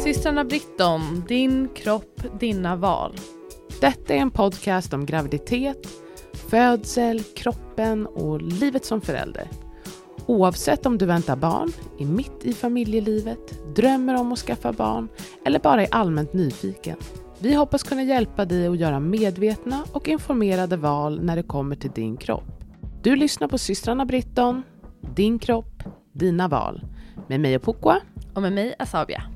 Systrarna Britton, din kropp, dina val. Detta är en podcast om graviditet, födsel, kroppen och livet som förälder. Oavsett om du väntar barn, är mitt i familjelivet, drömmer om att skaffa barn eller bara är allmänt nyfiken. Vi hoppas kunna hjälpa dig att göra medvetna och informerade val när det kommer till din kropp. Du lyssnar på Systrarna Britton, din kropp, dina val. Med mig och Pukwa. Och med mig Asabia.